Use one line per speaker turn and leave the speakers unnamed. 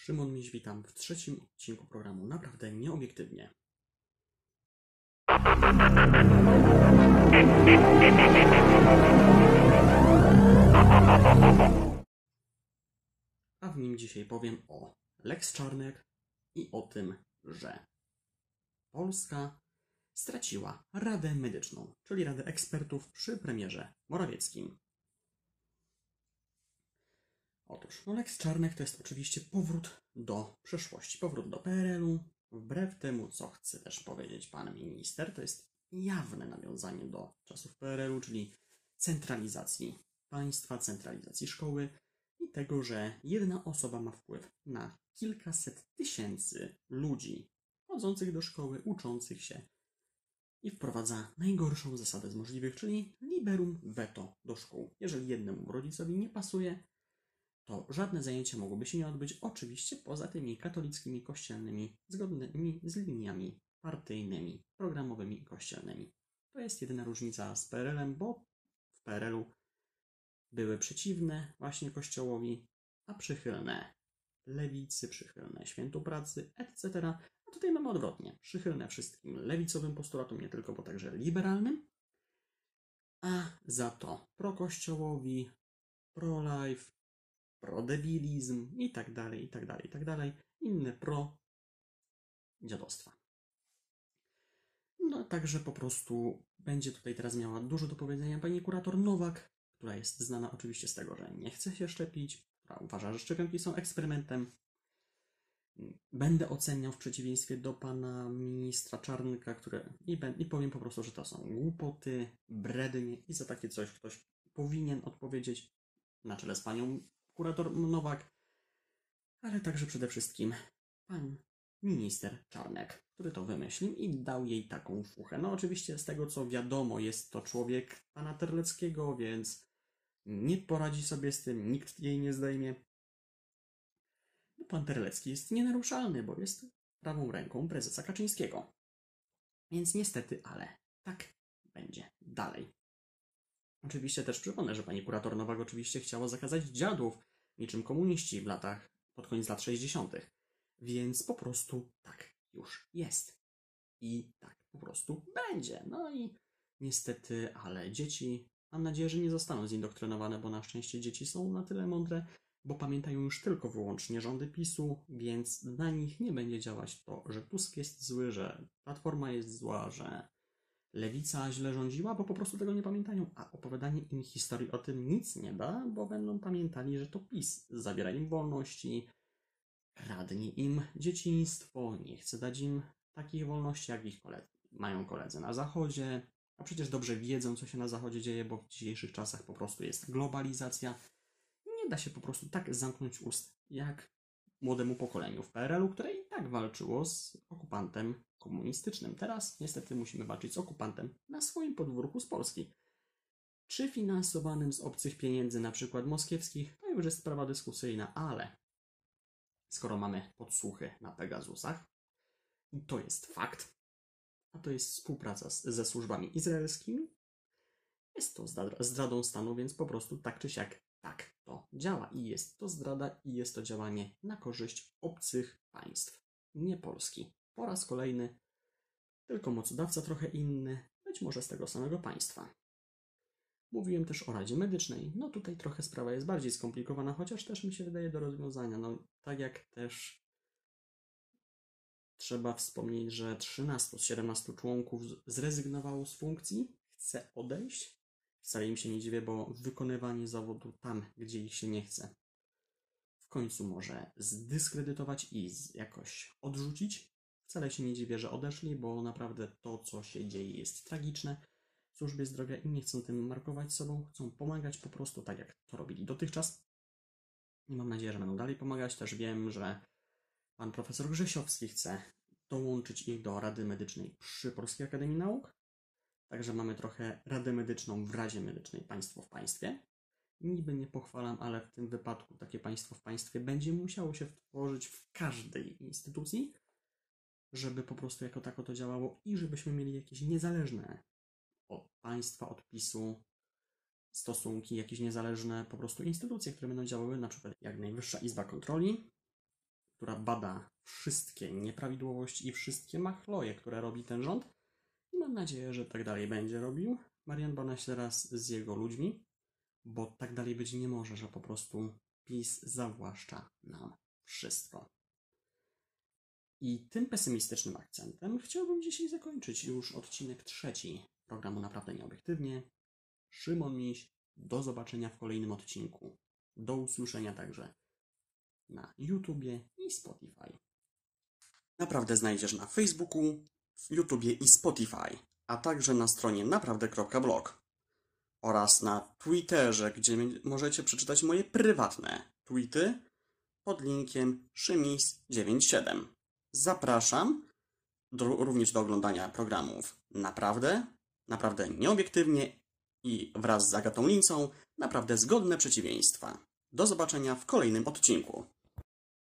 Szymon Miś, witam w trzecim odcinku programu Naprawdę Nieobiektywnie. A w nim dzisiaj powiem o Lex Czarnek i o tym, że Polska straciła Radę Medyczną, czyli Radę Ekspertów przy premierze Morawieckim. Otóż, Lex Czarnek to jest oczywiście powrót do przeszłości, powrót do PRL-u. Wbrew temu, co chce też powiedzieć pan minister, to jest jawne nawiązanie do czasów PRL-u, czyli centralizacji państwa, centralizacji szkoły i tego, że jedna osoba ma wpływ na kilkaset tysięcy ludzi chodzących do szkoły, uczących się i wprowadza najgorszą zasadę z możliwych, czyli liberum veto do szkół. Jeżeli jednemu rodzicowi nie pasuje, to żadne zajęcia mogłyby się nie odbyć, oczywiście poza tymi katolickimi, kościelnymi, zgodnymi z liniami partyjnymi, programowymi i kościelnymi. To jest jedyna różnica z PRL-em, bo w PRL-u były przeciwne właśnie Kościołowi, a przychylne lewicy, przychylne świętu pracy, etc. A tutaj mamy odwrotnie. Przychylne wszystkim lewicowym postulatom, nie tylko, bo także liberalnym, a za to prokościołowi, pro-life, pro-debilizm i tak dalej, i tak dalej, i tak dalej. Inne pro-dziadostwa. No także po prostu będzie tutaj teraz miała dużo do powiedzenia pani kurator Nowak, która jest znana oczywiście z tego, że nie chce się szczepić, która uważa, że szczepionki są eksperymentem. Będę oceniał w przeciwieństwie do pana ministra Czarnka, i powiem po prostu, że to są głupoty, brednie i za takie coś ktoś powinien odpowiedzieć na czele z panią kurator Nowak, ale także przede wszystkim pan minister Czarnek, który to wymyślił i dał jej taką fuchę. No oczywiście z tego co wiadomo, jest to człowiek pana Terleckiego, więc nie poradzi sobie z tym, nikt jej nie zdejmie. No, pan Terlecki jest nienaruszalny, bo jest prawą ręką prezesa Kaczyńskiego. Więc niestety, ale tak będzie dalej. Oczywiście też przypomnę, że pani kurator Nowak oczywiście chciała zakazać dziadów, niczym komuniści w latach, pod koniec lat 60. Więc po prostu tak już jest. I tak po prostu będzie. No i niestety, ale dzieci, mam nadzieję, że nie zostaną zindoktrynowane, bo na szczęście dzieci są na tyle mądre, bo pamiętają już tylko wyłącznie rządy PiS-u, więc na nich nie będzie działać to, że Tusk jest zły, że Platforma jest zła, że Lewica źle rządziła, bo po prostu tego nie pamiętają, a opowiadanie im historii o tym nic nie da, bo będą pamiętali, że to PiS zabiera im wolności, kradnie im dzieciństwo, nie chce dać im takich wolności, jak ich mają koledzy na Zachodzie, a przecież dobrze wiedzą, co się na Zachodzie dzieje, bo w dzisiejszych czasach po prostu jest globalizacja. Nie da się po prostu tak zamknąć ust, jak młodemu pokoleniu w PRL-u, które i tak walczyło z okupantem komunistycznym. Teraz niestety musimy walczyć z okupantem na swoim podwórku z Polski. Czy finansowanym z obcych pieniędzy, na przykład moskiewskich, to już jest sprawa dyskusyjna, ale skoro mamy podsłuchy na Pegasusach, to jest fakt, a to jest współpraca ze służbami izraelskimi, jest to zdradą stanu, więc po prostu tak czy siak tak to działa. I jest to zdrada i jest to działanie na korzyść obcych państw, nie Polski. Po raz kolejny, tylko mocodawca trochę inny, być może z tego samego państwa. Mówiłem też o Radzie Medycznej. No tutaj trochę sprawa jest bardziej skomplikowana, chociaż też mi się wydaje do rozwiązania. No tak jak też trzeba wspomnieć, że 13 z 17 członków zrezygnowało z funkcji, chce odejść. Wcale im się nie dziwię, bo wykonywanie zawodu tam, gdzie ich się nie chce, w końcu może zdyskredytować i jakoś odrzucić. Wcale się nie dziwię, że odeszli, bo naprawdę to, co się dzieje, jest tragiczne w służbie zdrowia i nie chcą tym markować sobą, chcą pomagać po prostu tak, jak to robili dotychczas. I mam nadzieję, że będą dalej pomagać. Też wiem, że pan profesor Grzesiowski chce dołączyć ich do Rady Medycznej przy Polskiej Akademii Nauk. Także mamy trochę Radę Medyczną w Radzie Medycznej, państwo w państwie. Niby nie pochwalam, ale w tym wypadku takie państwo w państwie będzie musiało się tworzyć w każdej instytucji, żeby po prostu jako tako to działało i żebyśmy mieli jakieś niezależne od państwa, od PiS-u stosunki, jakieś niezależne po prostu instytucje, które będą działały, na przykład jak Najwyższa Izba Kontroli, która bada wszystkie nieprawidłowości i wszystkie machloje, które robi ten rząd. I mam nadzieję, że tak dalej będzie robił Marian Banaś teraz z jego ludźmi, bo tak dalej być nie może, że po prostu PiS zawłaszcza nam wszystko. I tym pesymistycznym akcentem chciałbym dzisiaj zakończyć już odcinek 3 programu Naprawdę Nieobiektywnie. Szymon Miś, do zobaczenia w kolejnym odcinku. Do usłyszenia także na YouTubie i Spotify. Naprawdę znajdziesz na Facebooku, w YouTubie i Spotify, a także na stronie naprawdę.blog oraz na Twitterze, gdzie możecie przeczytać moje prywatne tweety pod linkiem szymis97. Zapraszam również do oglądania programów Naprawdę Nieobiektywnie i wraz z Agatą Lincą Naprawdę Zgodne Przeciwieństwa. Do zobaczenia w kolejnym odcinku.